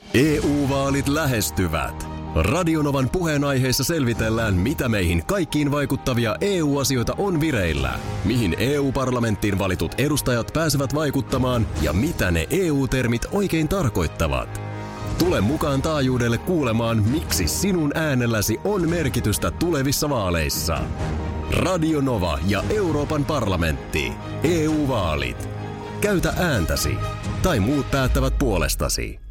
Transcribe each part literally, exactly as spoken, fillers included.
E U-vaalit lähestyvät. Radionovan puheenaiheessa selvitellään, mitä meihin kaikkiin vaikuttavia E U-asioita on vireillä, mihin E U-parlamenttiin valitut edustajat pääsevät vaikuttamaan ja mitä ne E U-termit oikein tarkoittavat. Tule mukaan taajuudelle kuulemaan, miksi sinun äänelläsi on merkitystä tulevissa vaaleissa. Radio Nova ja Euroopan parlamentti. E U-vaalit. Käytä ääntäsi. Tai muut päättävät puolestasi.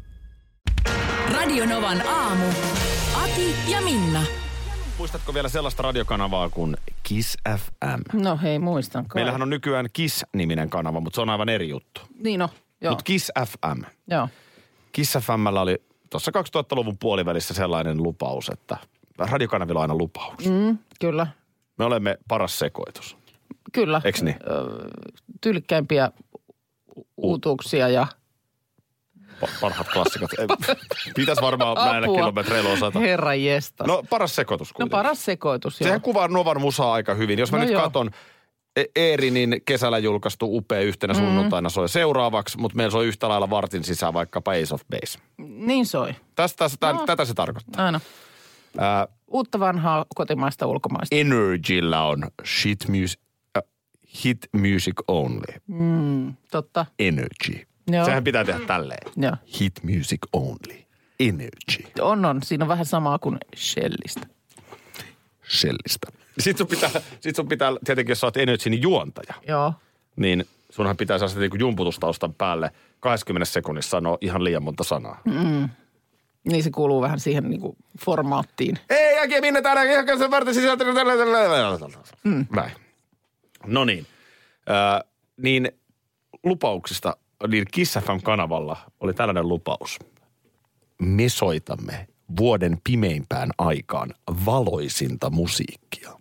Radio Novan aamu. Ati ja Minna. Muistatko vielä sellaista radiokanavaa kuin Kiss F M? No hei, muistan kai. Meillähän on nykyään Kiss-niminen kanava, mutta se on aivan eri juttu. Niin no, joo. Mutta Kiss F M. Joo. Kiss F M:llä oli tuossa kaksituhattaluvun puolivälissä sellainen lupaus, että radiokanavilla on aina lupaus. Mm, kyllä. Me olemme paras sekoitus. Kyllä. Eiks niin? Tyylikkäimpiä uutuuksia ja... Parhaat klassikat. Pitäisi varmaan näillä kilometreillä osata. Herran jestas. No paras sekoitus kuitenkin. No paras sekoitus, joo. Sehän kuvaa Novan musaa aika hyvin. Jos mä no nyt joo. katon, Eerinin kesällä julkaistu upea yhtenä sunnuntaina soi seuraavaksi, mutta meillä soi yhtä lailla vartin sisään vaikkapa Ace of Base. Niin soi. Tästä, tästä, no. Tätä se tarkoittaa. Aina. Ää, Uutta vanhaa kotimaista ulkomaista. Energyllä on shit music, äh, hit music only. Mm, totta. Energy. Joo. Sehän pitää tehdä tälleen. Joo. Hit music only. Energy. On, on. Siinä on vähän samaa kuin Shellistä. Shellistä. Sitten sun pitää, sit sun pitää tietenkin, jos sä oot Energyn juontaja, Joo. niin sunhan pitää saada niin kuin jumputustaustan päälle kaksikymmentä sekunnissa sanoa ihan liian monta sanaa. Mm. Niin se kuuluu vähän siihen niin kuin formaattiin. Ei, äkkiä minne täällä, ihan sen varten sisältä. Mm. Näin. No niin. Äh, niin lupauksista, niin Kiss F M-kanavalla oli tällainen lupaus. Me soitamme vuoden pimeimpään aikaan valoisinta musiikkia.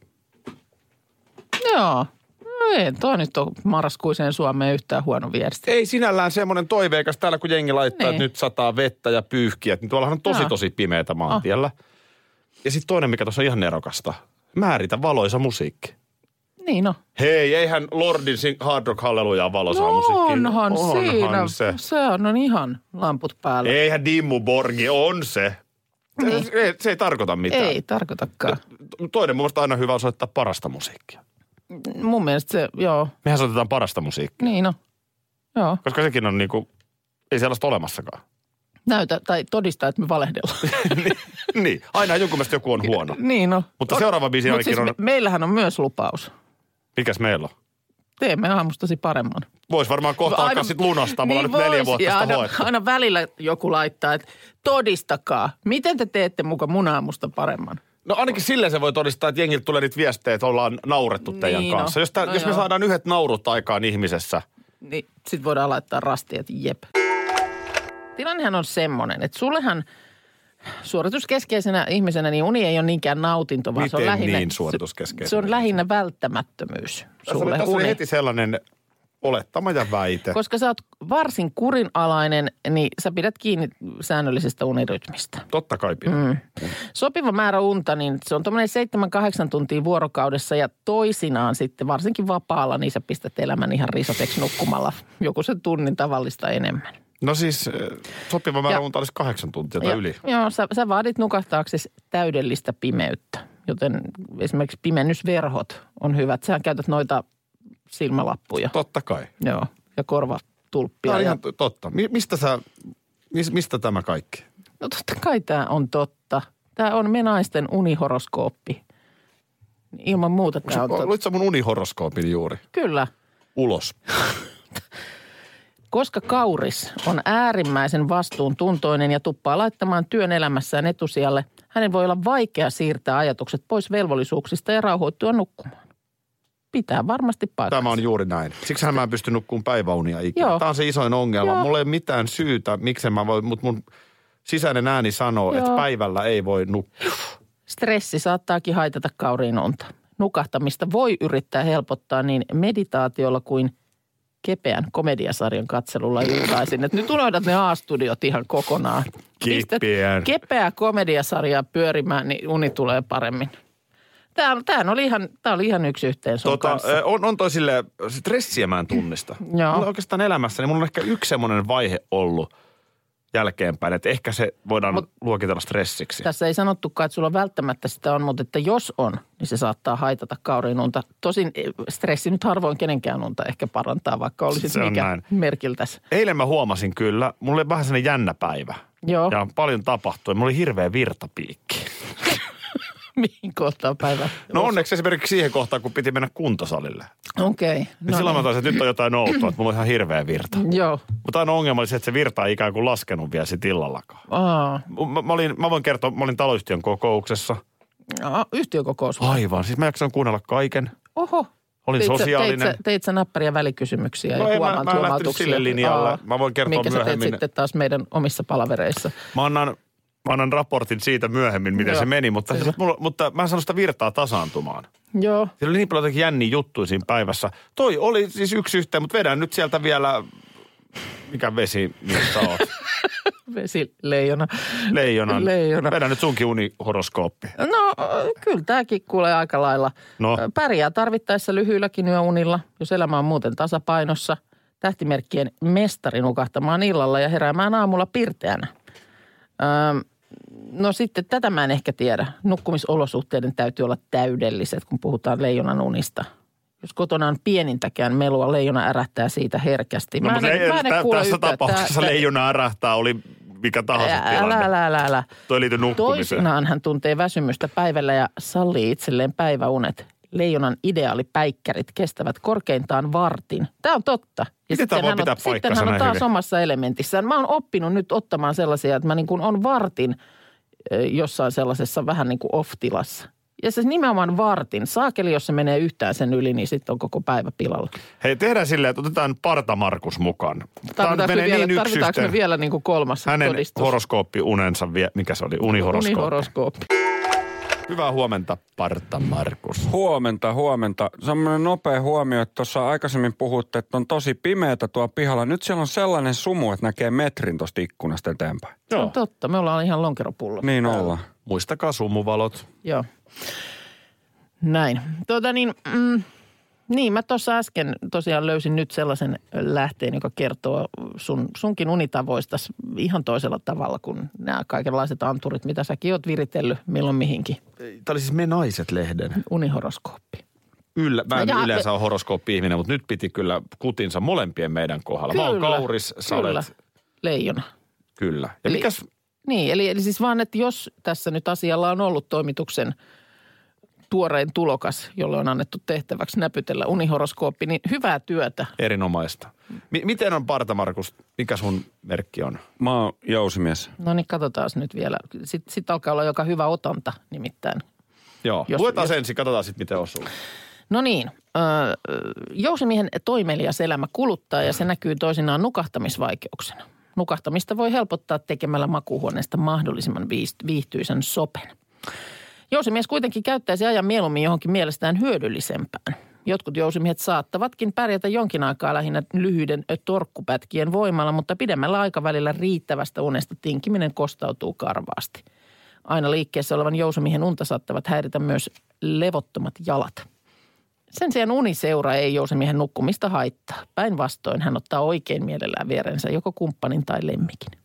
Joo. No ei, toi nyt on marraskuiseen Suomeen yhtään huono viesti. Ei sinällään semmoinen toiveikas täällä, kun jengi laittaa, niin. Että nyt sataa vettä ja pyyhkiä. Niin tuollahan on tosi, Jaa. tosi pimeätä maantiellä. Oh. Ja sitten toinen, mikä tuossa on ihan nerokasta. Määritä valoisa musiikki. Niin no. Hei, eihän Lordin Hard Rock Hallelujaa valoisaa no, musiikkia. onhan, onhan siinä. Se. se on, on ihan lamput päällä. Eihän Dimmu Borgi, on se. Niin. Se, ei, se ei tarkoita mitään. Ei tarkoitakaan. Toinen mun mielestä aina hyvä on soittaa parasta musiikkia. Mun mielestä se, joo. Mehän soitetaan parasta musiikkia. Niin no, joo. Koska sekin on niinku, ei sellaista olemassakaan. Näytä tai todistaa, että me valehdellaan. niin, niin, aina jonkun mielestä joku on huono. Niin no. Mutta seuraava biisi ainakin siis on... Me, meillähän on myös lupaus. Mikäs meillä on? Teemme aamustasi paremman. Vois varmaan kohta alkaa sit lunastaa. Mulla niin on nyt neljä vois, vuotta sitä aina, hoettu. aina välillä joku laittaa, että todistakaa. Miten te teette muka mun aamusta paremman? No ainakin silleen se voi todistaa, että jengiltä tulee niitä viestejä, että ollaan naurettu teidän niin kanssa. No. Jos, tää, no jos me saadaan yhdet naurut aikaan ihmisessä. Niin sit voidaan laittaa rastia, että jep. Tilannehan on semmoinen, että sullehan suorituskeskeisenä ihmisenä niin uni ei ole niinkään nautinto, vaan Miten se on lähinnä... niin suorituskeskeisenä? Se on lähinnä välttämättömyys sulle. Tässä oli heti sellainen olettama ja väite. Koska sä oot varsin kurinalainen, niin sä pidät kiinni säännöllisestä unirytmistä. Totta kai pidät. Mm. Sopiva määrä unta, niin se on tuommoinen seitsemän kahdeksan tuntia vuorokaudessa ja toisinaan sitten varsinkin vapaalla, niin sä pistät elämän ihan risoteksi nukkumalla joku sen tunnin tavallista enemmän. No siis sopiva määrä ja, unta olisi kahdeksan tuntia tai ja, yli. Joo, sä, sä vaadit nukahtaaksesi täydellistä pimeyttä, joten esimerkiksi pimennysverhot on hyvät. Sähän käytät noita silmälappuja. Totta kai. Joo, ja korvatulppia. Tämä on ja... ihan totta. Mistä sä, mistä tämä kaikki? No totta kai tämä on totta. Tämä on me naisten unihoroskooppi. Ilman muuta tämä on totta. Luit sä mun unihoroskoopin juuri? Kyllä. Ulos. Koska kauris on äärimmäisen vastuuntuntoinen ja tuppaa laittamaan työn elämässään etusijalle, hänen voi olla vaikea siirtää ajatukset pois velvollisuuksista ja rauhoittua nukkumaan. Pitää varmasti paikkansa. Tämä on juuri näin. Siksi mä en pysty nukkumaan päiväunia ikinä. Joo. Tämä on se isoin ongelma. Joo. Mulla ei ole mitään syytä, miksi mä voin, mutta mun sisäinen ääni sanoo, Joo. että päivällä ei voi nukkua. Stressi saattaakin haitata kauriin unta. Nukahtamista voi yrittää helpottaa niin meditaatiolla kuin kepeän komediasarjan katselulla iltaisin. Että nyt unohdat ne A-studiot ihan kokonaan. Kipeän. Kepeää komediasarjaa pyörimään, niin uni tulee paremmin. Tämä, tämä, oli, ihan, tämä oli ihan yksi yhteen sun tota, kanssa. On, on toi silleen, stressiä mä en tunnista. Joo. Mulla oikeastaan elämässä, niin mulla on ehkä yksi semmoinen vaihe ollut. jälkeenpäin, että ehkä se voidaan Mut luokitella stressiksi. Tässä ei sanottukaan, että sulla välttämättä sitä on, mutta että jos on, niin se saattaa haitata kauriin unta. Tosin stressi nyt harvoin kenenkään unta ehkä parantaa, vaikka olisi mikä näin. merkiltäisi. Eilen mä huomasin kyllä, mulla oli vähän sellainen jännä päivä. Joo. Ja paljon tapahtui. Mulla oli hirveä virtapiikki. Mihin kohtaan päivä? No onneksi esimerkiksi siihen kohtaan, kun piti mennä kuntosalille. Okei. Okay. No silloin niin. Mä taisin, että nyt on jotain outoa, että mulla on ihan hirveä virta. Joo. Mutta aina ongelma oli se, että se virta ei ikään kuin laskenut vielä sit illallakaan. Aa. Mä, mä, olin, mä voin kertoa, mä olin taloyhtiön kokouksessa. Aa, yhtiökokous. Aivan, siis mä jaksoin kuunnella kaiken. Oho. Olin teit sosiaalinen. Teit sä, teit sä näppäriä välikysymyksiä no ja ei, huomaan mä, mä en lähtenyt sille linjalle. Aa, mä voin kertoa minkä myöhemmin. Minkä sä teet sitten taas meidän omissa palavereissa? Mä annan, mä annan raportin siitä myöhemmin, miten Joo, se meni, mutta, siis, mulla, mutta mä en saanut sitä virtaa tasaantumaan. Joo. Siellä oli niin paljon jotenkin jänniä juttuja siinä päivässä. Toi oli siis yksi yhteen, mutta vedän nyt sieltä vielä, mikä vesi, missä oot? Vesileijona. Leijonan. Leijona. Vedän nyt sunkin unihoroskooppi. No kyllä tämäkin kuulee aika lailla. No. Pärjää tarvittaessa lyhyilläkin yöunilla, jos elämä on muuten tasapainossa. Tähtimerkkien mestari nukahtamaan illalla ja heräämään aamulla pirteänä. Öö, no sitten tätä mä en ehkä tiedä. Nukkumisolosuhteiden täytyy olla täydelliset, kun puhutaan leijonan unista. Jos kotona on pienintäkään melua, leijona ärähtää siitä herkästi. No, mä mutta en, ei, mä en tä, kuule tässä yhtään, tapauksessa tää, leijona ärähtää, oli mikä tahansa älä, tilanne. Älä, älä, älä. Toi liittyy nukkumiseen. Toisinaan hän tuntee väsymystä päivällä ja sallii itselleen päiväunet. Leijonan ideaalipäikkärit kestävät korkeintaan vartin. Tämä on totta. Ja miten tämä voi pitää on, paikkansa sitten hän on näin taas hyvin? omassa elementissään. Mä oon oppinut nyt ottamaan sellaisia, että mä niin kuin on vartin jossain sellaisessa vähän niin kuin off-tilassa. Ja se nimenomaan vartin. Saakeli, jos se menee yhtään sen yli, niin sitten on koko päivä pilalla. Hei, tehdään silleen, että otetaan Parta Markus mukaan. Tarvitaanko me vielä, niin tarvitaanko me vielä niin kuin kolmas hänen todistus? horoskooppiunensa, vie, mikä se oli? Unihoroskooppi. Unihoroskooppi. Hyvää huomenta, Parta Markus. Huomenta, huomenta. Semmoinen nopea huomio, että tuossa aikaisemmin puhutte, että on tosi pimeätä tuo pihalla. Nyt siellä on sellainen sumu, että näkee metrin tuosta ikkunasta eteenpäin. Se on totta. Me ollaan ihan lonkeropullo. Niin ollaan. Muistakaa sumuvalot. Joo. Näin. Tuota niin, mm, niin mä tuossa äsken tosiaan löysin nyt sellaisen lähteen, joka kertoo sun, sunkin unitavoistas ihan toisella tavalla kuin nämä kaikenlaiset anturit, mitä säkin oot viritellyt milloin mihinkin. Tämä oli siis Me Naiset-lehden. Unihoroskooppi. Yllä, mä en Ja- yleensä ole horoskooppi-ihminen, mutta nyt piti kyllä kutinsa molempien meidän kohdalla. Mä oon Kyllä, kauris, sä kyllä. olet. Leijona. Kyllä. Ja Eli- mikäs, Niin, eli, eli siis vaan, että jos tässä nyt asialla on ollut toimituksen tuorein tulokas, jolle on annettu tehtäväksi näpytellä unihoroskooppi, niin hyvää työtä. erinomaista. M- miten on Parta Markus, mikä sun merkki on? Mä oon jousimies. No niin, katsotaan nyt vielä. Sitten sit alkaa olla joka hyvä otanta nimittäin. Joo, Jos- luetaan jos- jos... ensin, katsotaan sitten miten osuu. No niin, öö, jousimiehen toimelias elämä kuluttaa ja se näkyy toisinaan nukahtamisvaikeuksena. Nukahtamista voi helpottaa tekemällä makuuhuoneesta mahdollisimman viist- viihtyisen sopen. Jousimies kuitenkin käyttäisi ajan mieluummin johonkin mielestään hyödyllisempään. Jotkut jousimiehet saattavatkin pärjätä jonkin aikaa lähinnä lyhyiden torkkupätkien voimalla, mutta pidemmällä aikavälillä riittävästä unesta tinkiminen kostautuu karvaasti. Aina liikkeessä olevan jousimiehen unta saattavat häiritä myös levottomat jalat. Sen sijaan uniseura ei jousimiehen nukkumista haittaa. Päinvastoin hän ottaa oikein mielellään vierensä joko kumppanin tai lemmikin.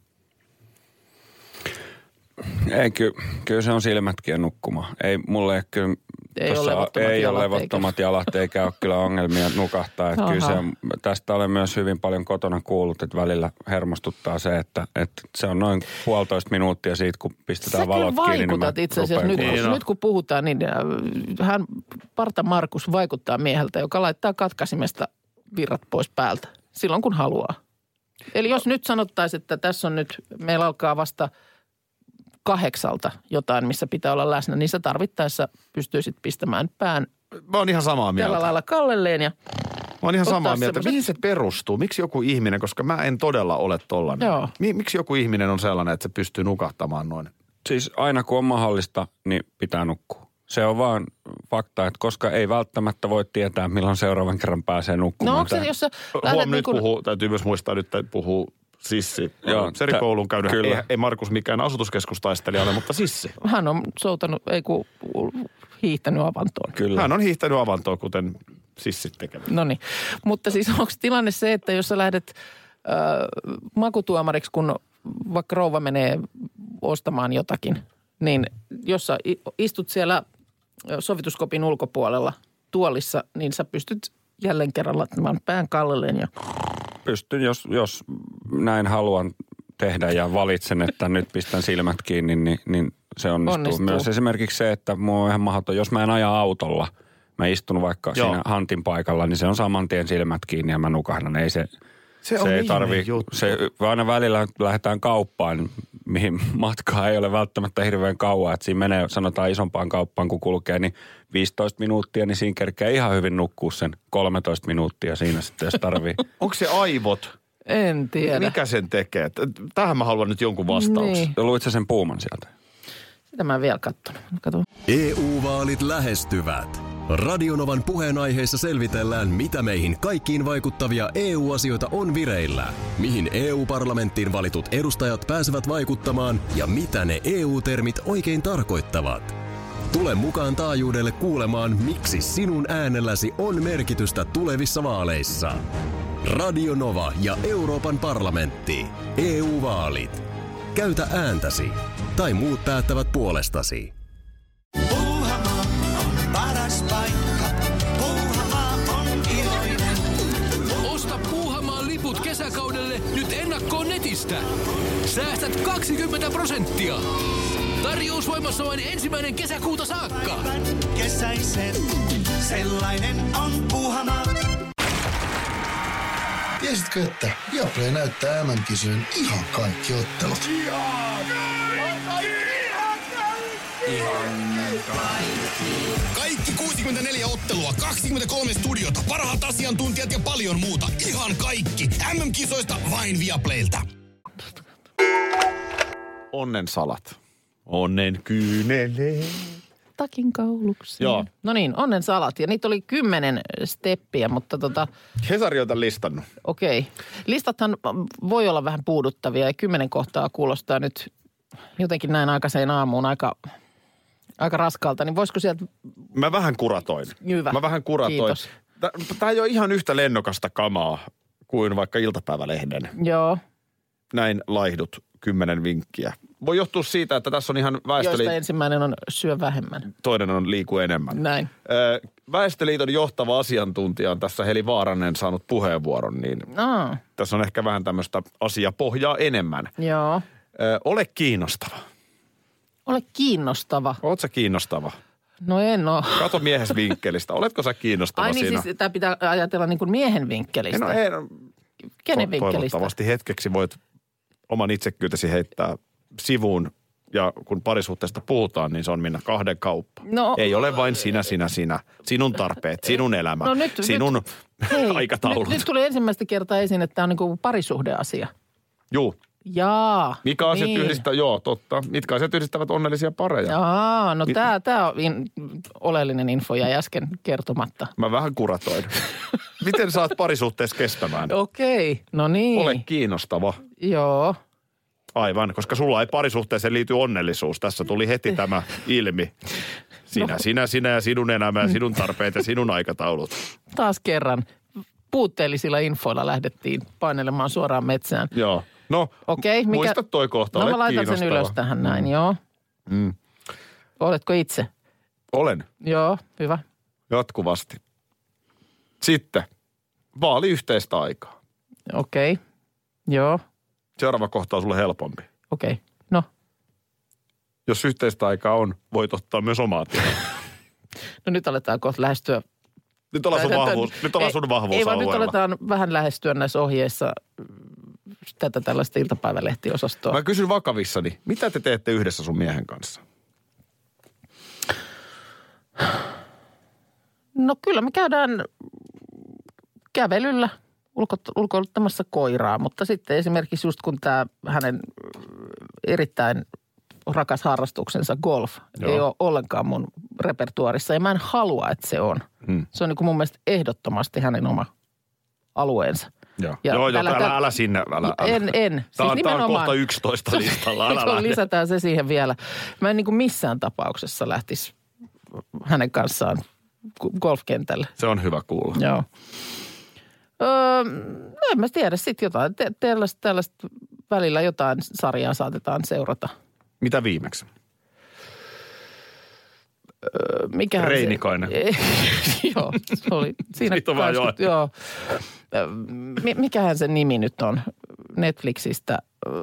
Ei, ky, kyllä se on silmätkin nukkumaan. Ei mulle kyllä, Ei ole tossa levottomat ei jalat, ole levottomat jalat, eikä ole kyllä ongelmia nukahtaa. Että kyllä se on, tästä olen myös hyvin paljon kotona kuullut, että välillä hermostuttaa se, että, että se on noin puolitoista minuuttia siitä, kun pistetään Sä valot kyllä kiinni. vaikutat Niin itse asiassa nyt, Niin kun, on. nyt kun puhutaan, niin äh, hän, Parta Markus vaikuttaa mieheltä, joka laittaa katkaisimesta virrat pois päältä silloin, kun haluaa. Eli jos nyt sanottaisiin, että tässä on nyt, meillä alkaa vasta kahdeksalta jotain, missä pitää olla läsnä, niin sä tarvittaessa pystyisit pistämään pään Mä oon ihan samaa mieltä. tällä lailla kallelleen ja Mä oon ihan ottaa samaa mieltä. semmoset- Mihin se perustuu? Miksi joku ihminen, koska mä en todella ole tollainen. Joo. Mi- miksi joku ihminen on sellainen, että se pystyy nukahtamaan noin? Siis aina kun on mahdollista, niin pitää nukkua. Se on vaan fakta, että koska ei välttämättä voi tietää, milloin seuraavan kerran pääsee nukkumaan. no onko se, jos sä lähdet Huom, niin nyt kuin, puhuu, täytyy myös muistaa nyt, että puhuu Sissi. Joo, Serikoulun käynyt. kyllä. Ei, ei Markus mikään asutuskeskustaistelija ole, mutta Sissi. hän on soutanut, ei kun hiihtänyt avantoon. Kyllä. Hän on hiihtänyt avantoon, kuten Sissit tekevät. No niin, mutta siis onko tilanne se, että jos sä lähdet äh, makutuomariksi, kun vaikka rouva menee ostamaan jotakin, niin jos sä istut siellä sovituskopin ulkopuolella tuolissa, niin sä pystyt jälleen kerran laittamaan pään kallelleen ja... Pystyn, jos, jos näin haluan tehdä ja valitsen, että nyt pistän silmät kiinni, niin, niin se onnistuu. onnistuu. Myös esimerkiksi se, että mua on ihan mahdoton, jos mä en aja autolla, mä istun vaikka Joo. siinä hantin paikalla, niin se on saman tien silmät kiinni ja mä nukahdan. Ei se, se, se ei tarvi, se aina välillä lähdetään kauppaan, mihin matkaa ei ole välttämättä hirveän kauan. Että siinä menee, sanotaan isompaan kauppaan, kun kulkee, niin viisitoista minuuttia, niin siinä kerkee ihan hyvin nukkua sen kolmetoista minuuttia siinä sitten, jos tarvii. Onko se aivot? En tiedä. Mikä sen tekee? Tähän mä haluan nyt jonkun vastauksen. Niin. Luitko sen Puuman sieltä? Sitä mä en vielä katsonut. Kato. E U-vaalit lähestyvät. Radionovan puheenaiheessa selvitellään, mitä meihin kaikkiin vaikuttavia E U-asioita on vireillä, mihin E U-parlamenttiin valitut edustajat pääsevät vaikuttamaan ja mitä ne E U-termit oikein tarkoittavat. Tule mukaan taajuudelle kuulemaan, miksi sinun äänelläsi on merkitystä tulevissa vaaleissa. Radio Nova ja Euroopan parlamentti. E U-vaalit. Käytä ääntäsi. Tai muut päättävät puolestasi. Puuhamaa on paras paikka. Puuhamaa on iloinen. Osta Puuhamaan liput kesäkaudelle nyt ennakkoon netistä. Säästät kaksikymmentä prosenttia. Tarjous voimassa vain ensimmäinen kesäkuuta saakka. Päivän kesäisen, sellainen on Puuhamaa. Tiesitkö, että Viaplay näyttää M M-kisojen ihan kaikki ottelut? Kaikki kuusikymmentäneljä ottelua, kaksikymmentäkolme studiota, parhaat asiantuntijat ja paljon muuta. Ihan kaikki. M M-kisoista vain Viaplaylta. Onnen salat. Onnen kyynelee. Takin kauluksiin. Joo. No niin, onnen salat. Ja niitä oli kymmenen steppiä, mutta tota... Hesari on tämän listannut. Okei. Okay. Listathan voi olla vähän puuduttavia ja kymmenen kohtaa kuulostaa nyt jotenkin näin aikaiseen aamuun aika, aika raskalta. Niin voisiko sieltä... Mä vähän kuratoin. Hyvä. Mä vähän kuratoin. Kiitos. Tämä ei ole ihan yhtä lennokasta kamaa kuin vaikka iltapäivälehden. Joo. Näin laihdut kymmenen vinkkiä. Voi johtua siitä, että tässä on ihan väestöliiton... Joista ensimmäinen on syö vähemmän. Toinen on liiku enemmän. Näin. Väestöliiton johtava asiantuntija on tässä Heli Vaaranen saanut puheenvuoron, niin Aa. tässä on ehkä vähän tämmöistä asiapohjaa enemmän. Joo. Ole kiinnostava. Ole kiinnostava. Oot sä kiinnostava? No en oo. Kato miehes vinkkelistä. Oletko sä kiinnostava Ai niin siinä? siis tämä pitää ajatella niin kuin miehen vinkkelistä. No ei. Kenen to- vinkkelistä? Toivottavasti hetkeksi voit oman itsekkyytesi heittää sivuun. Ja kun parisuhteesta puhutaan, niin se on minä kahden kauppa. No, ei ole vain sinä, sinä, sinä. Sinun tarpeet, sinun elämä, no nyt, sinun nyt, hei, aikataulut. Nyt, nyt tuli ensimmäistä kertaa esiin, että tämä on niin kuin parisuhdeasia. Juu. Jaa. Mikä asiat niin. yhdistää, joo totta. Mitkä asiat yhdistävät onnellisia pareja? Jaa, no Mit... tämä, tämä on in, oleellinen info ja äsken kertomatta. Mä vähän kuratoin. Miten saat parisuhteessa kestämään? Okei, okay, no niin. Ole kiinnostava. Joo. Aivan, koska sulla ei parisuhteeseen liity onnellisuus. Tässä tuli heti tämä ilmi. Sinä, no. sinä, sinä ja sinun elämä ja sinun tarpeet ja sinun aikataulut. Taas kerran puutteellisilla infoilla lähdettiin painelemaan suoraan metsään. Joo. No, okay, mikä... muista toi kohta, no, ole mä laitan sen ylös tähän näin, mm. joo. Mm. Oletko itse? Olen. Joo, hyvä. Jatkuvasti. Sitten, vaali yhteistä aikaa. Okei, okay. Joo. Seuraava kohta on sulle helpompi. Okei, okay. No. Jos yhteistä aikaa on, voit ottaa myös omaa tilaa. No nyt aletaan kohta lähestyä. Nyt ollaan sun vahvuus, nyt ollaan sun vahvuusalueella. Ei vaan nyt aletaan vähän lähestyä näissä ohjeissa tätä tällaista iltapäivälehtiosastoa. Mä kysyn vakavissani, mitä te teette yhdessä sun miehen kanssa? No kyllä me käydään kävelyllä ulko, ulkoiluttamassa koiraa, mutta sitten esimerkiksi just kun tämä hänen erittäin rakas harrastuksensa golf Joo. ei ole ollenkaan mun repertuarissa ja mä en halua, että se on. Hmm. Se on niin kuin mun mielestä ehdottomasti hänen oma alueensa. Joo, ja joo, älä, älä, älä sinne. Älä, älä. En, en. Tämä on, siis tämä on kohta yksitoista listalla. Älä lähde. Lisätään se siihen vielä. Mä en niin kuin missään tapauksessa lähtisi hänen kanssaan golfkentälle. Se on hyvä kuulla. Joo. Öö, en mä tiedä. Sitten jotain te- tällaista, tällaista välillä jotain sarjaa saatetaan seurata. Mitä viimeksi? Öö, mikähän Reinikainen. Se, joo, se oli siinä. Siitä on vaan kaksikymmentä, joo. Mikähän se nimi nyt on Netflixistä?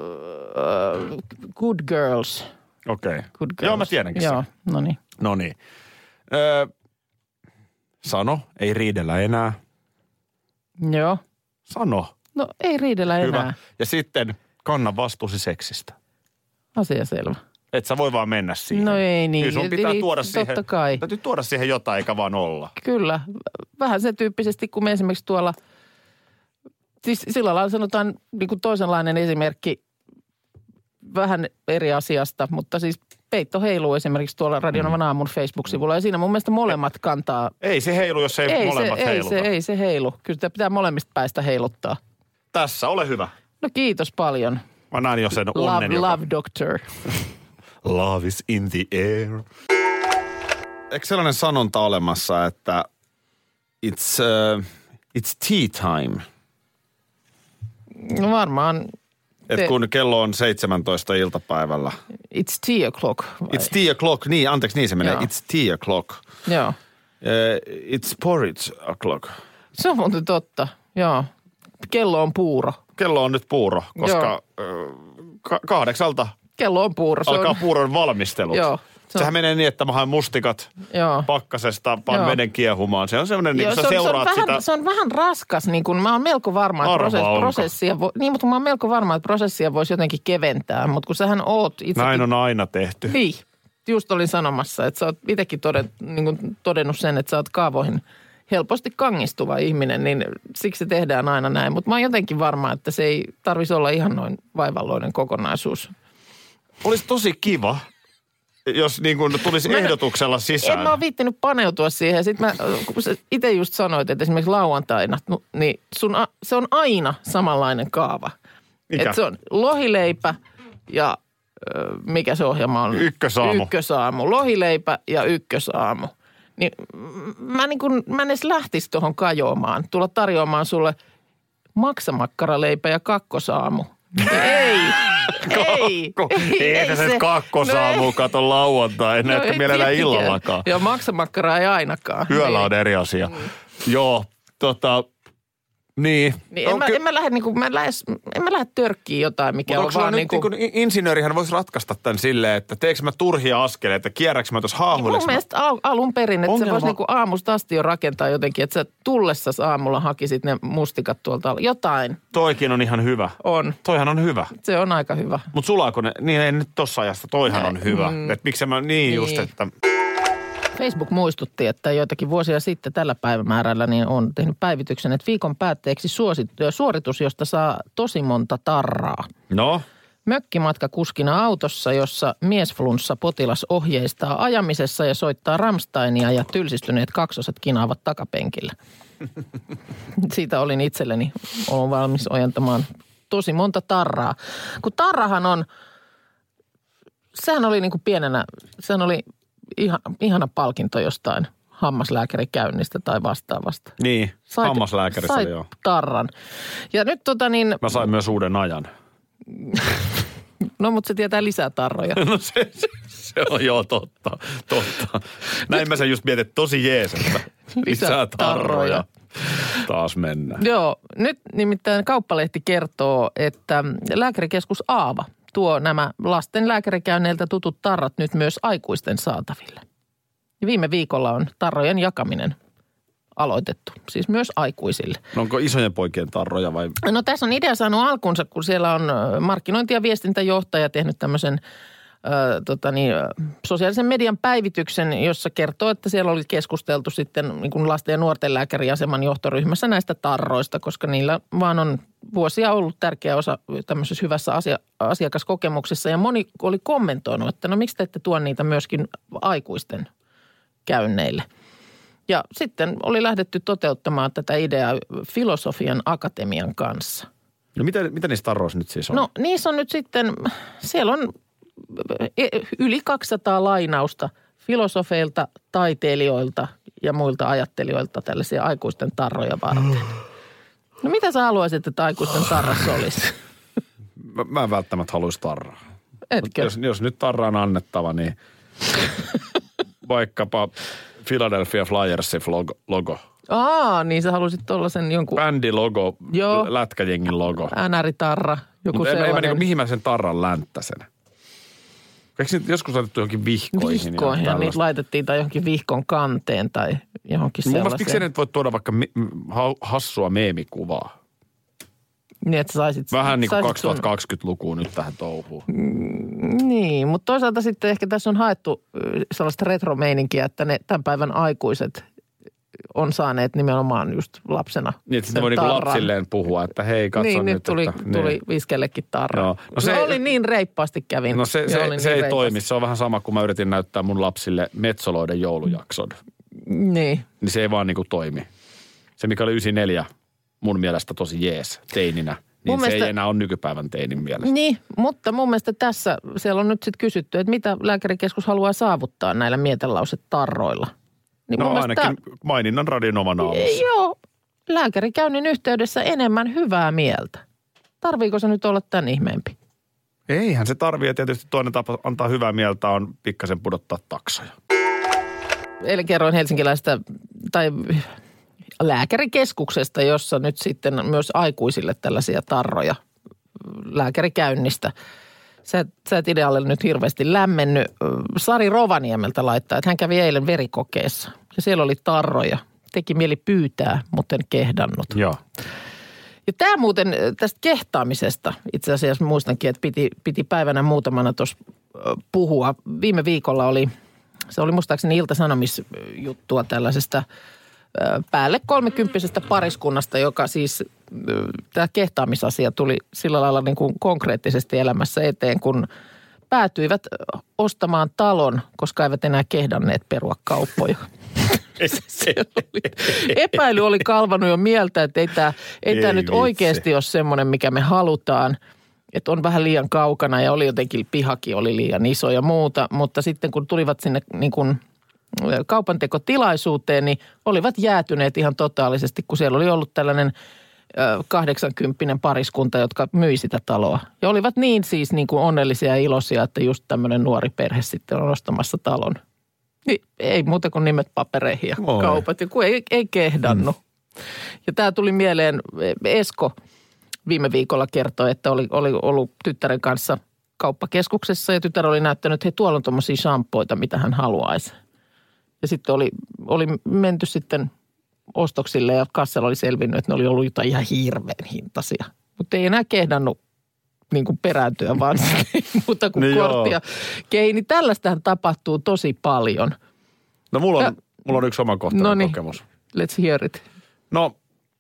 Good Girls. Okei. Okay. Good Girls. Joo, mä tiedänkin Joo, sen. no niin. No niin. Öö, sano, ei riidellä enää. Joo. Sano. No ei riidellä enää. Hyvä. Ja sitten kanna vastuusi seksistä. Asia selvä. Et sä voi vaan mennä siihen. No ei niin. Kyllä sun pitää Eli, tuoda totta siihen. kai. Täytyy tuoda siihen jotain, eikä vaan olla. Kyllä. Vähän sen tyyppisesti, kun me esimerkiksi tuolla, siis sillä lailla sanotaan niin kuin toisenlainen esimerkki vähän eri asiasta, mutta siis peitto heiluu esimerkiksi tuolla Radionovan aamun Facebook-sivulla ja siinä mun mielestä molemmat kantaa. Ei se heilu, jos ei, ei molemmat se, heiluta. Ei se, ei se heilu. Kyllä sitä pitää molemmista päistä heiluttaa. Tässä, ole hyvä. No kiitos paljon. Mä näin jo sen Love, onnen. Joka... love doctor. Love is in the air. Eikö sellainen sanonta olemassa, että it's, uh, it's tea time? No varmaan. Että kun kello on seitsemäntoista iltapäivällä. It's tea o'clock. Vai? It's tea o'clock, niin anteeksi, niin se menee. Joo. It's tea o'clock. Joo. Uh, it's porridge o'clock. Se on muuten totta, joo. Kello on puuro. Kello on nyt puuro, koska uh, ka- kahdeksalta Kello on puuro. Se alkaa on... puuron valmistelut. Joo. Se Sehän on... menee niin, että mä haen mustikat Joo. pakkasesta, pan Joo. veden kiehumaan. Se on semmoinen, niin Joo, kun se sä on, seuraat se on sitä. vähän, se on vähän raskas, niin kuin mä oon melko varma, että Arvaa, proses, onko? prosessia voi, niin, mutta mä oon melko varma, että prosessia voisi jotenkin keventää, mutta kun sähän oot itsekin. Näin on aina tehty. Niin, just olin sanomassa, että sä oot itsekin toden, niin kuin todennut sen, että sä oot kaavoihin helposti kangistuva ihminen, niin siksi se tehdään aina näin. Mutta mä oon jotenkin varma, että se ei tarvitsisi olla ihan noin vaivalloinen kokonaisuus. Olisi tosi kiva, jos niin kuin tulisi Mä- ehdotuksella sisään. En mä ole viittinyt paneutua siihen. Sitten mä, kun sä itse just sanoit, että esimerkiksi lauantaina, no, niin sun, a- se on aina samanlainen kaava. Mikä? Että se on lohileipä ja ö, mikä se ohjelma on? Ykkösaamu. Ykkösaamu. Lohileipä ja ykkösaamu. Niin m- mä, niin kun, mä en edes lähtisi tuohon kajoamaan, tulla tarjoamaan sulle maksamakkaraleipä ja kakkosaamu. Ei, ei. Ei, ei se kakkosaamu, No kato lauantaina, No että ei mielellään tietenkään. illallakaan. Joo, maksamakkaraa ei ainakaan. Yöllä Niin. on eri asia. Joo, tota, niin. Niin en, On mä, ky- en mä lähde niinku, mä en lähde, en mä lähde törkkiin jotain, mikä Mutta on onko sulla vaan nyt niinku... niin kuin, insinöörihän voisi ratkaista tämän silleen, että teekö mä turhia askeleita, kierräks mä tuossa haahuileks Mun mä? mielestä al, alun perin, että se Ongelma- voisi niinku aamusta asti jo rakentaa jotenkin, että sä tullessas aamulla hakisit ne mustikat tuolta al- jotain Toikin on ihan hyvä. on. Toihan on hyvä. Se on aika hyvä. Mutta sulaako ne? Niin ei nyt tossa ajassa. Toihan on hyvä. Mm. Että miksi mä, niin, niin just, Niin. että... Facebook muistutti, että joitakin vuosia sitten tällä päivämäärällä niin on tehnyt päivityksen, että viikon päätteeksi suosittu, suoritus, josta saa tosi monta tarraa. No, Mökkimatka kuskina autossa, jossa miesflunssa potilas ohjeistaa ajamisessa ja soittaa Rammsteinia ja tylsistyneet kaksoset kinaavat takapenkillä. Siitä olin itselleni, olen valmis ojentamaan tosi monta tarraa. Kun tarrahan on, sehän oli niin kuin pienenä, sehän oli ihan, ihana palkinto jostain hammaslääkärikäynnistä tai vastaavasta. niin. Sait- Hammaslääkärissä sait oli joo. tarran. Ja nyt tota niin, Mä sain myös uuden ajan. no mutta se tietää lisää tarroja. No se, se, se on joo totta. Totta. Näin mä sen just mietin, että tosi jees, että lisää tarroja. Taas mennään. Joo, nyt nimittäin Kauppalehti kertoo, että lääkärikeskus Aava tuo nämä lasten lääkärikäynneiltä tutut tarrat nyt myös aikuisten saataville. Ja viime viikolla on tarrojen jakaminen aloitettu, siis myös aikuisille. No onko isojen poikien tarroja vai? No tässä on idea saanut alkunsa, kun siellä on ö, markkinointi- ja viestintäjohtaja tehnyt tämmöisen ö, tota niin, ö, sosiaalisen median päivityksen, jossa kertoo, että siellä oli keskusteltu sitten niin kuin lasten ja nuorten lääkäriaseman johtoryhmässä näistä tarroista, koska niillä vaan on vuosia ollut tärkeä osa tämmöisessä hyvässä asia, asiakaskokemuksessa. Ja moni oli kommentoinut, että no miksi te ette tuo niitä myöskin aikuisten käynneille. Ja sitten oli lähdetty toteuttamaan tätä ideaa Filosofian Akatemian kanssa. No mitä, mitä niissä tarroissa nyt siis on? No niissä on nyt sitten, siellä on yli kaksisataa lainausta filosofeilta, taiteilijoilta ja muilta ajattelijoilta tällaisia aikuisten tarroja varten. No mitä sä haluaisit, että aikuisten tarrassa olisi? Mä, mä en välttämättä haluaisi tarraa. Etkö? Jos, jos nyt tarra on annettava, niin vaikkapa Philadelphia Flyersin logo. logo. Aa, niin sä halusit tollasen jonkun... Bändilogo, Joo. lätkäjengin logo. Änäritarra, joku Mutta sellainen. en mä niinku, mihin mä sen tarran länttäsen? Eikö niitä joskus laitettu johonkin vihkoihin? Vihkoihin, ja niitä laitettiin tai johonkin vihkon kanteen tai johonkin sellaiseen. Mun mielestä miksi nyt voit tuoda vaikka me, ha, hassua meemikuvaa? Niin, että saisit... Vähän niin kuin saisit kaksituhattakaksikymmentälukuun sun... nyt tähän touhuun. Mm, niin, mutta toisaalta sitten ehkä tässä on haettu sellaista retromeininkiä, että ne tämän päivän aikuiset on saaneet nimenomaan just lapsena. Niin, että sitten voi niin lapsilleen puhua, että hei, katso niin, nyt. nyt tuli, että, tuli niin. Viskellekin tarra. No, no se oli niin reippaasti kävin. No se, se, se, se niin ei reippaasti. toimi. Se on vähän sama kuin mä yritin näyttää mun lapsille Metsoloiden joulujakson. Niin. Niin se ei vaan niin kuin toimi. Se, mikä oli yhdeksänkymmentäneljä mun mielestä tosi jees teininä. Niin mun se mielestä, ei enää ole nykypäivän teinin mielestä. Niin, mutta mun mielestä tässä siellä on nyt sitten kysytty, että mitä lääkärikeskus haluaa saavuttaa näillä mietelausetarroilla. Niin no mun ainakin tämä, maininnan Radionovan aamussa. Joo, lääkärikäynnin yhteydessä enemmän hyvää mieltä. Tarviiko se nyt olla tämän ihmeempi? Eihän se tarvii, ja tietysti toinen tapa antaa hyvää mieltä on pikkasen pudottaa taksoja. Eilen kerroin helsinkiläistä, tai lääkärikeskuksesta, jossa nyt sitten myös aikuisille tällaisia tarroja lääkärikäynnistä. Sä, sä et idealle nyt hirveästi lämmennyt. Sari Rovaniemeltä laittaa, että hän kävi eilen verikokeessa ja siellä oli tarroja. Teki mieli pyytää, mutta en kehdannut. Joo. Ja tämä muuten tästä kehtaamisesta, itse asiassa muistankin, että piti, piti päivänä muutamana tuossa puhua. Viime viikolla oli, se oli muistaakseni Ilta-Sanomis-juttua tällaisesta päälle kolmekymppisestä pariskunnasta, joka siis, tämä kehtaamisasia tuli sillä lailla niin kuin konkreettisesti elämässä eteen, kun päätyivät ostamaan talon, koska eivät enää kehdanneet perua kauppoja. Se oli, epäily oli kalvanut jo mieltä, että ei tämä, ei ei tämä nyt oikeasti ole semmoinen, mikä me halutaan. Että on vähän liian kaukana ja oli jotenkin, pihakin oli liian iso ja muuta. Mutta sitten kun tulivat sinne niin kuin kaupantekotilaisuuteen, niin olivat jäätyneet ihan totaalisesti, kun siellä oli ollut tällainen kahdeksankymppinen pariskunta, jotka myi sitä taloa. Ja olivat niin siis niin kuin onnellisia ja iloisia, että just tämmöinen nuori perhe sitten on ostamassa talon. Niin, ei muuta kuin nimet papereihin ja Oi. kaupat, ja kun ei, ei kehdannut. Mm. Ja tämä tuli mieleen, Esko viime viikolla kertoi, että oli, oli ollut tyttären kanssa kauppakeskuksessa, ja tytär oli näyttänyt, että hei, tuolla on tuommoisia shampoita, mitä hän haluaisi. Ja sitten oli, oli menty sitten ostoksille, ja kassalla oli selvinnyt, että ne oli ollut jotain ihan hirveän hintaisia. Mutta ei enää kehdannut niin kuin perääntyä, vaan muuta kuin niin korttia keini. Tällaistähän tapahtuu tosi paljon. No mulla on, ja, mulla on yksi omakohtainen no niin, kokemus. Let's hear it. No,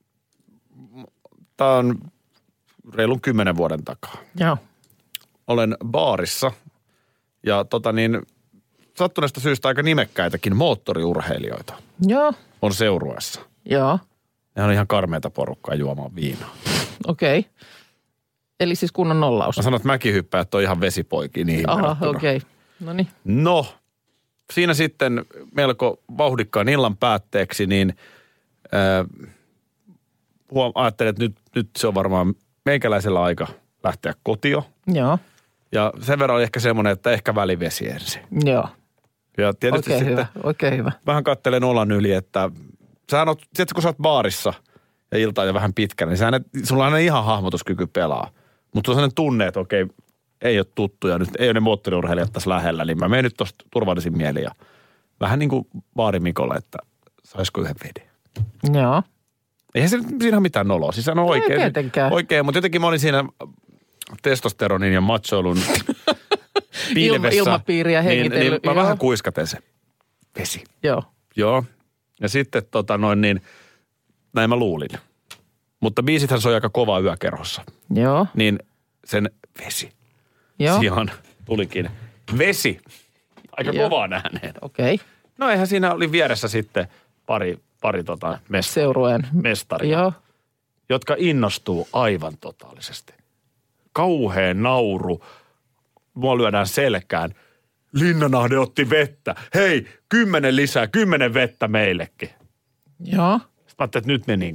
tää on reilun kymmenen vuoden takaa. Joo. Olen baarissa ja tota niin, sattuneesta syystä aika nimekkäitäkin moottoriurheilijoita. Joo. On seurueessa. Joo. Ne on ihan karmeita porukkaa juomaan viinaa. Okei. Okay. Eli siis kunnon nollaus. Mä sanon, että mäkihyppäjät on ihan vesipoikia niihin Aha, okei. Okay. No niin. No, siinä sitten melko vauhdikkaan illan päätteeksi, niin äh, huom- ajattelin, että nyt, nyt se on varmaan meikäläisellä aika lähteä kotio. Joo. Ja sen verran oli ehkä semmoinen, että ehkä välivesi ensin. Joo. Ja tietysti oikein sitten hyvä, oikein hyvä. Vähän katselen olan yli, että sähän oot, tiedätkö, kun sä oot baarissa ja ilta on jo vähän pitkä, niin sähän, sulla on ihan hahmotuskyky pelaa. Mutta on sellainen tunne, että okei, ei ole tuttuja nyt, ei ole ne moottoriurheilijat tässä lähellä, niin mä menen nyt tosta turvallisin mieli ja vähän niin kuin baari Mikolle, että saisiko yhden veden. Joo. Eihän se, siinä ole mitään noloa, siis se on oikein. Ei tietenkään. Oikein, mutta jotenkin mä olin siinä testosteronin ja machoilun pilvessä. Ilma, ilmapiiriä hengitellyt. Niin, niin mä vähän kuiskaten se vesi. Joo. Joo. Ja sitten tota noin niin, näin mä luulin. Mutta biisithän soi aika kovaa yökerhossa. Joo. Niin sen vesi. Joo. Sijaan tulikin vesi. Aika Joo. kovaa ääneen. Okei. Okay. No eihän siinä oli vieressä sitten pari, pari tota mest- Seurueen mestaria, Joo. jotka innostuu aivan totaalisesti. Kauheen nauru. Mua lyödään selkään. Linnanahde otti vettä. Hei, kymmenen lisää, kymmenen vettä meillekin. Joo. Sitten mä ajattelin, että nyt me niinku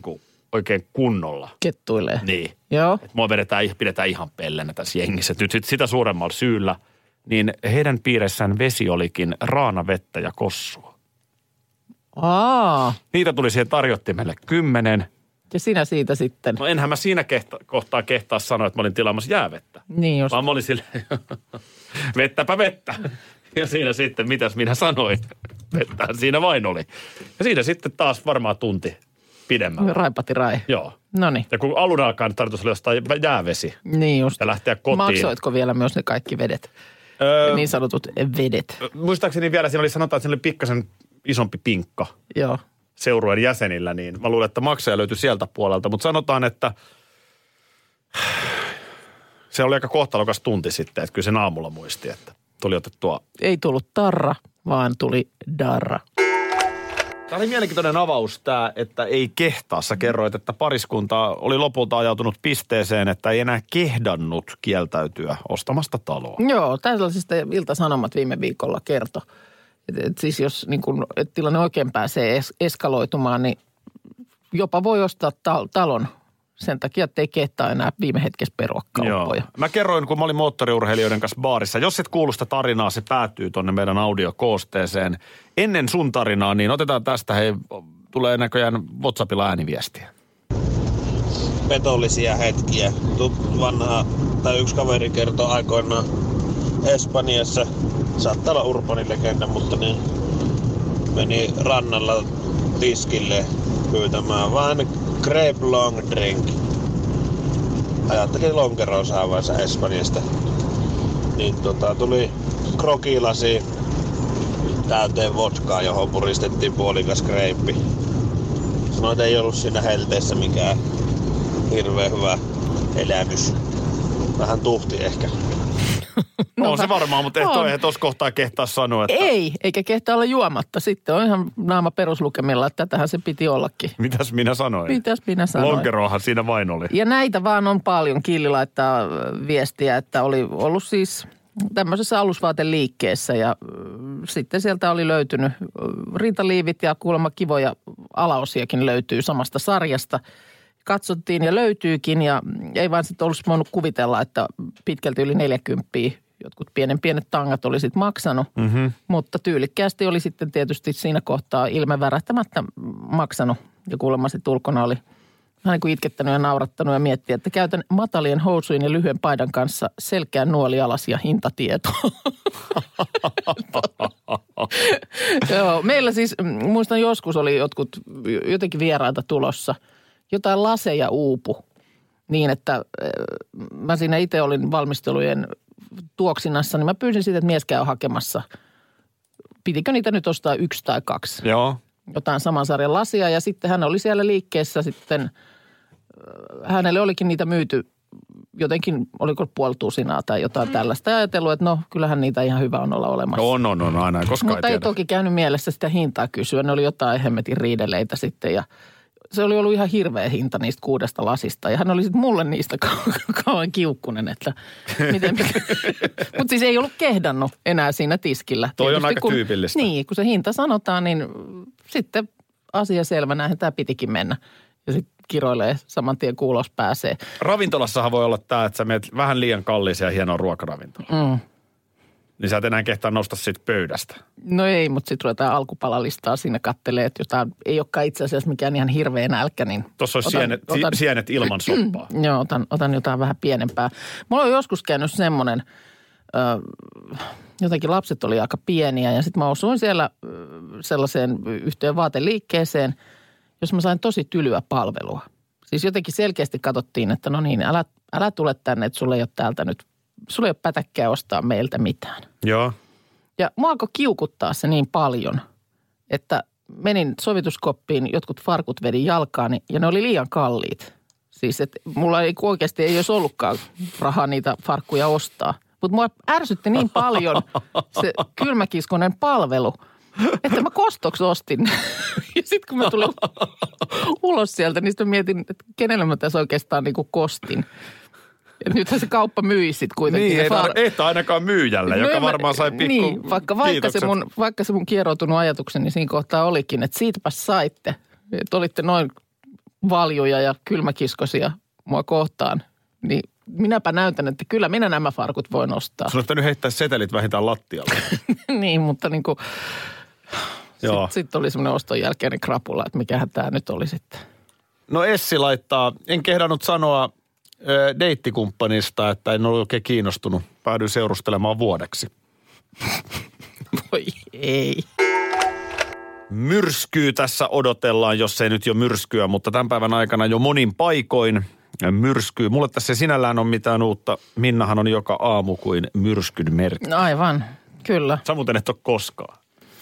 oikein kunnolla. Kettuilee. Niin. Joo. Et mua vedetään, pidetään ihan pellenä tässä jengissä. Nyt sit sitä suuremmalla syyllä, niin heidän piirissään vesi olikin raanavettä ja kossua. Aa. Niitä tuli siihen tarjottimelle kymmenen. Ja sinä siitä sitten. No enhän mä siinä kehta, kohtaa kehtaa sanoa, että mä olin tilaamassa jäävettä. Niin just. Vaan mä olin silleen, vettäpä vettä. Ja siinä sitten, mitäs minä sanoin, vettä siinä vain oli. Ja siinä sitten taas varmaan tunti pidemmällä. Raipati rai. Joo. Noniin. Ja kun alun alkaen tarkoitus oli jostain jäävesi. Niin just. Ja lähteä kotiin. Maksoitko vielä myös ne kaikki vedet? Öö, niin sanotut vedet. Muistaakseni vielä siinä oli sanotaan, että siinä oli pikkasen isompi pinkka. Joo. Seurueen jäsenillä, niin mä luulen, että maksaja löytyi sieltä puolelta. Mutta sanotaan, että se oli aika kohtalokas tunti sitten, että kyllä sen aamulla muisti, että tuli otettua. Ei tullut tarra, vaan tuli darra. Tämä oli mielenkiintoinen avaus tämä, että ei kehtaa. Sä kerroit, että pariskunta oli lopulta ajautunut pisteeseen, että ei enää kehdannut kieltäytyä ostamasta taloa. Joo, tällaisesta Ilta-Sanomat viime viikolla kertoi. Et, et siis jos niin kun, et tilanne oikein pääsee es, eskaloitumaan, niin jopa voi ostaa tal- talon sen takia, että ei kehtaa enää viime hetkessä perua kauppoja. Joo. Mä kerroin, kun mä olin moottoriurheilijoiden kanssa baarissa. Jos et kuulu sitä tarinaa, se päätyy tonne meidän audiokoosteeseen. Ennen sun tarinaa, niin otetaan tästä, hei, tulee näköjään WhatsAppilla ääniviestiä. Petollisia hetkiä. Tut vanha, tai yksi kaveri kertoi aikoinaan Espanjassa, saattaa olla urbanilegenda, mutta niin meni rannalla tiskille pyytämään vaan crepe long drink. Ajattelin lonkeroon saavansa Espanjasta. Niin tota, tuli krokilasi täyteen vodkaa, johon puristettiin puolikas kreippi. Sanoin, että ei ollut siinä helteessä mikään hirveän hyvä elämys. Vähän tuhti ehkä. No, on se varmaan, mutta ei toi tuossa kohtaa kehtaa sanoa, että... Ei, eikä kehtaa olla juomatta. Sitten on ihan naama peruslukemilla, että tätähän se piti ollakin. Mitäs minä sanoin? Mitäs minä sanoin? Lonkeroahan siinä vain oli. Ja näitä vaan on paljon. Killi laittaa viestiä, että oli ollut siis tämmöisessä alusvaateliikkeessä ja sitten sieltä oli löytynyt rintaliivit ja kuulemma kivoja alaosiakin löytyy samasta sarjasta. Katsottiin ja löytyykin ja ei vaan sitten olisi voinut kuvitella, että pitkälti yli neljäkymppiä jotkut pienen pienet tangat oli sitten maksanut. Mm-hmm. Mutta tyylikkäästi oli sitten tietysti siinä kohtaa ilme värähtämättä maksanut. Ja kuulemma sitten ulkona oli vähän niin kuin itkettänyt ja naurattanut ja miettiä, että käytän matalien housujen ja lyhyen paidan kanssa selkeän nuoli alas ja hintatieto. Joo, meillä siis, muistan joskus oli jotkut jotenkin vieraita tulossa. Jotain laseja uupu niin, että äh, mä siinä itse olin valmistelujen tuoksinassa, niin mä pyysin siitä, että mies käy hakemassa. Pitikö niitä nyt ostaa yksi tai kaksi? Joo. Jotain saman sarjan lasia ja sitten hän oli siellä liikkeessä sitten, äh, hänelle olikin niitä myyty jotenkin, oliko puolitusinaa tai jotain mm. tällaista. Ja ajatellut, että no kyllähän niitä ihan hyvä on olla olemassa. On, on, on aina, koska Mutta ei, ei toki käynyt mielessä sitä hintaa kysyä. Ne oli jotain hemmetin riideleitä sitten ja se oli ollut ihan hirveä hinta niistä kuudesta lasista. Ja hän oli sitten mulle niistä kauan kiukkunen, että miten... Mutta siis ei ollut kehdannut enää siinä tiskillä. Toi Tietysti on aika kun, tyypillistä. Niin, kun se hinta sanotaan, niin sitten asia selvä, näinhän tämä pitikin mennä. Ja sitten kiroilee saman tien kuulos pääsee. Ravintolassahan voi olla tämä, että sä menet vähän liian kalliiseen ja hienoa ruokaravintolaan. Mm. Niin sä et enää kehtaa nousta siitä pöydästä. No ei, mutta sitten ruvetaan alkupalalistaa siinä kattelee, että jotain ei olekaan itse asiassa mikään ihan hirveä nälkä, niin... Tuossa olisi otan, sienet, otan, sienet ilman soppaa. Joo, otan, otan jotain vähän pienempää. Mulla on joskus käynyt semmoinen, ö, jotenkin lapset oli aika pieniä ja sitten mä osuin siellä ö, sellaiseen yhteen vaateliikkeeseen, jos mä sain tosi tylyä palvelua. Siis jotenkin selkeästi katsottiin, että no niin, älä, älä tule tänne, että sulla ei ole täältä nyt... Sulla ei ole pätäkkää ostaa meiltä mitään. Joo. Ja mua alkoi kiukuttaa se niin paljon, että menin sovituskoppiin, jotkut farkut vedin jalkaani ja ne oli liian kalliit. Siis että mulla ei oikeasti ei olisi ollutkaan rahaa niitä farkkuja ostaa. Mutta mua ärsytti niin paljon se kylmäkiskonen palvelu, että mä kostoksi ostin. Ja sitten kun mä tulin ulos sieltä, niin sitten mietin, että kenelle mä tässä oikeastaan niin kuin kostin. Ja nythän se kauppa myi sitten kuitenkin. Niin, ei, far... ei ainakaan myyjälle, no, joka mä, varmaan sai pikku niin, vaikka, vaikka, se mun, vaikka se mun kieroutunut ajatukseni siinä kohtaa olikin, että siitäpä saitte. Että olitte noin valjuja ja kylmäkiskosia mua kohtaan, niin minäpä näytän, että kyllä minä nämä farkut voin ostaa. Sun olisi pitänyt heittää setelit vähintään lattialle. Niin, mutta niin kuin, Joo. sitten sit oli semmoinen oston jälkeinen krapula, että mikähän tämä nyt oli sitten. No Essi laittaa, en kehdannut sanoa ö, deittikumppanista, että en ole oikein kiinnostunut. Päädyin seurustelemaan vuodeksi. Voi ei. Myrskyy tässä odotellaan, jos ei nyt jo myrskyä, mutta tämän päivän aikana jo monin paikoin myrskyy. Mulle tässä ei sinällään ole mitään uutta. Minnahan on joka aamu kuin myrskyn merkki. No aivan, kyllä. Sä muuten et ole koskaan.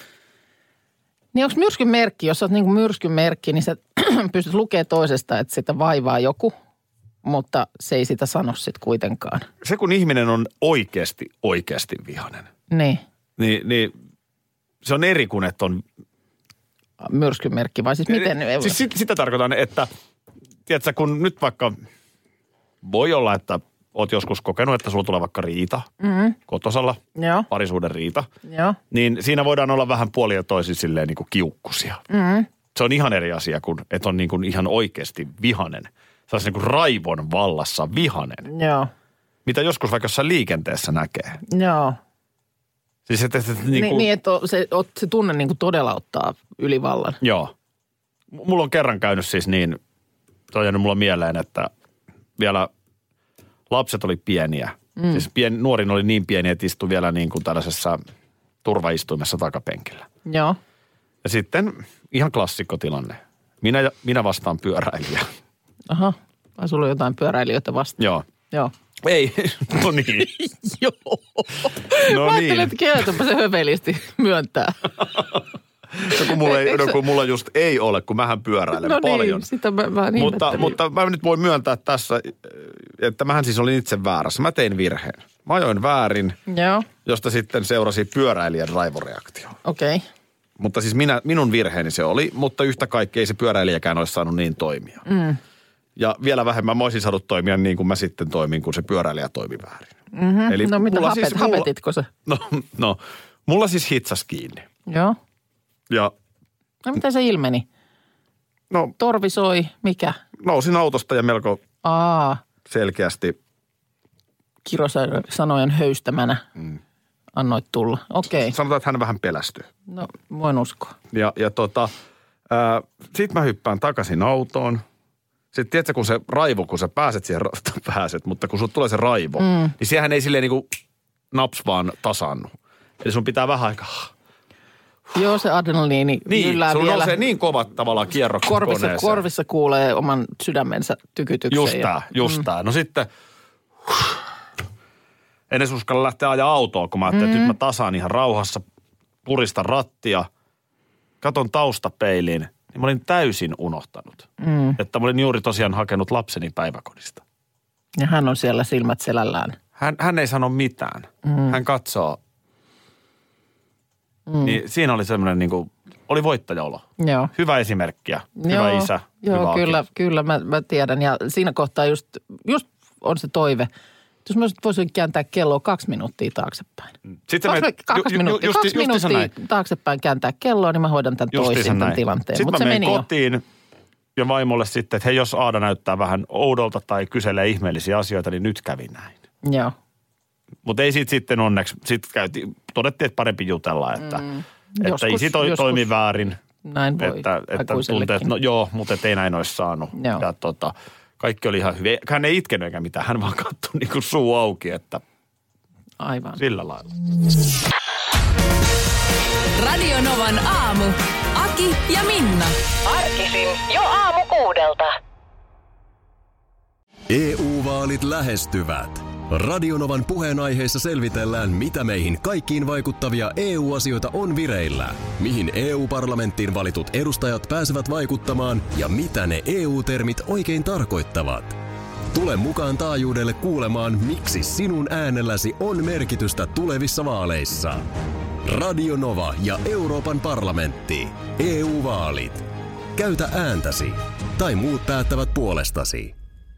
Niin onko myrskyn merkki, jos sä oot niin kuin myrskyn merkki, niin sä pystyt lukemaan toisesta, että sitä vaivaa joku, mutta se ei sitä sano sitten kuitenkaan. Se kun ihminen on oikeasti, oikeasti vihainen, Niin. niin, niin se on eri kuin, että on... Myrskyn merkki, vai siis miten? Siis sit, sitä tarkoitan, että tiedätkö, kun nyt vaikka voi olla, että oot joskus kokenut, että sulla tulee vaikka riita mm-hmm. kotosalla, Joo. parisuuden riita, Joo. niin siinä voidaan olla vähän puolin ja toisin silleen niin kuin kiukkusia. Mm-hmm. Se on ihan eri asia kuin, että on niin kuin ihan oikeasti vihanen. Se on niin kuin raivon vallassa vihanen. Joo. Mitä joskus vaikka jossain liikenteessä näkee. Joo. Siis että, että niin, Niin, kuin, niin että se, se tunne niin kuin todella ottaa ylivallan. Joo. M- Mulla on kerran käynyt siis niin, se on jäänyt mulla mieleen, että vielä lapset oli pieniä. Mm. Siis pien, nuorin oli niin pieni, että istui vielä niin kuin tällaisessa turvaistuimessa takapenkillä. Joo. Ja sitten ihan klassikkotilanne. Minä, ja- minä vastaan pyöräilijä. Aha. Vai sulla on jotain pyöräilijöitä vastaan? Joo. Joo. Ei, no niin. Joo. No Mä ajattelin, niin. että kertopa se hövelisti myöntää. No kun mulla, ei, Eikö no se- kun mulla just ei ole, kun mähän pyöräilen No paljon. niin, sitä mä vähän Mutta, ihmettelin. mutta mä nyt voin myöntää tässä, että mähän siis olin itse väärässä. Mä tein virheen. Mä ajoin väärin, Joo, josta sitten seurasi pyöräilijän raivoreaktio. okei. Okay. Mutta siis minä, minun virheeni se oli, mutta yhtä kaikki ei se pyöräilijäkään olisi saanut niin toimia. Mm. Ja vielä vähemmän mä olisin saanut toimia niin kuin mä sitten toimin, kun se pyöräilijä toimi väärin. Mm-hmm. Eli No mitä mulla hapet, siis- mulla- hapetitko se? No, no, mulla siis hitsas kiinni. Joo. Ja No mitä se ilmeni? no, Torvi soi, mikä? nousin autosta ja melko Aa, selkeästi, kirosanojen höystämänä mm. annoit tulla. Okei, okay. sanotaan, että hän vähän pelästyi. no voin uskoa. Ja, ja tota, ää, sit mä hyppään takaisin autoon. Sitten tiedätkö, kun se raivo, kun sä pääset siihen, ra- pääset, mutta kun sulla tulee se raivo, mm. niin siihen ei silleen niinku naps vaan tasannu. Eli sun pitää vähän aikaa. Joo, se adrenaliini Niin, yllää sulla vielä. nousee niin kovat tavallaan kierrokset korvissa, koneeseen. korvissa kuulee oman sydämensä tykytyksen. Just ja- tää, just mm. tää. No sitten, en edes uskalla lähteä ajaa autoa, kun mä ajattelin, mm. että nyt mä tasaan ihan rauhassa, puristan rattia, katon taustapeiliin, niin mä olin täysin unohtanut. Mm. Että mä olin juuri tosiaan hakenut lapseni päiväkodista. Ja hän on siellä silmät selällään. Hän, hän ei sano mitään. Mm. Hän katsoo. Mm. Niin siinä oli semmoinen niin kuin, oli voittajaolo. Joo. Hyvä esimerkkiä. Hyvä Joo, isä. Joo, hyvä kyllä, aki. kyllä mä, mä tiedän. Ja siinä kohtaa just, just on se toive. Jos mä voisin kääntää kelloa kaksi minuuttia taaksepäin. Sitten Kaksi, me, kaksi ju, ju, minuuttia, justi, kaksi justiinsa minuuttia näin. taaksepäin kääntää kelloa, niin mä hoidan tämän Justiinsa toisin tämän näin. tilanteen. Sitten Mutta se mä meni menen jo. kotiin ja vaimolle sitten, että hei, jos Aada näyttää vähän oudolta tai kyselee ihmeellisiä asioita, niin nyt kävi näin. Joo. Mutta ei siitä sitten onneksi, sitten käytiin, todettiin, että parempi jutella, että, mm. että Joskus- isi toi, joskus toimi väärin. Näin voi Että, että tuntee, aikuisellekin. että no joo, mutta et ei näin olisi saanut. Joo. Ja tota, kaikki oli ihan hyvin. Hän ei itkenyt eikä mitään, hän vaan katsoi niin kuin suu auki, että Aivan. sillä lailla. Radio Novan aamu. Aki ja Minna. Arkisin jo aamu kuudelta. E U-vaalit lähestyvät. Radionovan puheenaiheessa selvitellään, mitä meihin kaikkiin vaikuttavia E U-asioita on vireillä, mihin E U-parlamenttiin valitut edustajat pääsevät vaikuttamaan ja mitä ne E U-termit oikein tarkoittavat. Tule mukaan taajuudelle kuulemaan, miksi sinun äänelläsi on merkitystä tulevissa vaaleissa. Radio Nova ja Euroopan parlamentti. E U-vaalit. Käytä ääntäsi. Tai muut päättävät puolestasi.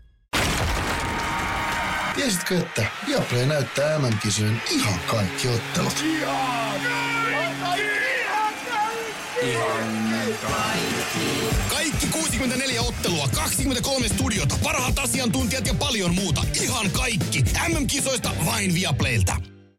Tiesitkö, että Viaplay näyttää M M-kisojen ihan kaikki ottelut? Kaikki kuusikymmentäneljä ottelua, kaksikymmentäkolme studiota, parhaat asiantuntijat ja paljon muuta. Ihan kaikki. M M-kisoista vain Viaplaylta.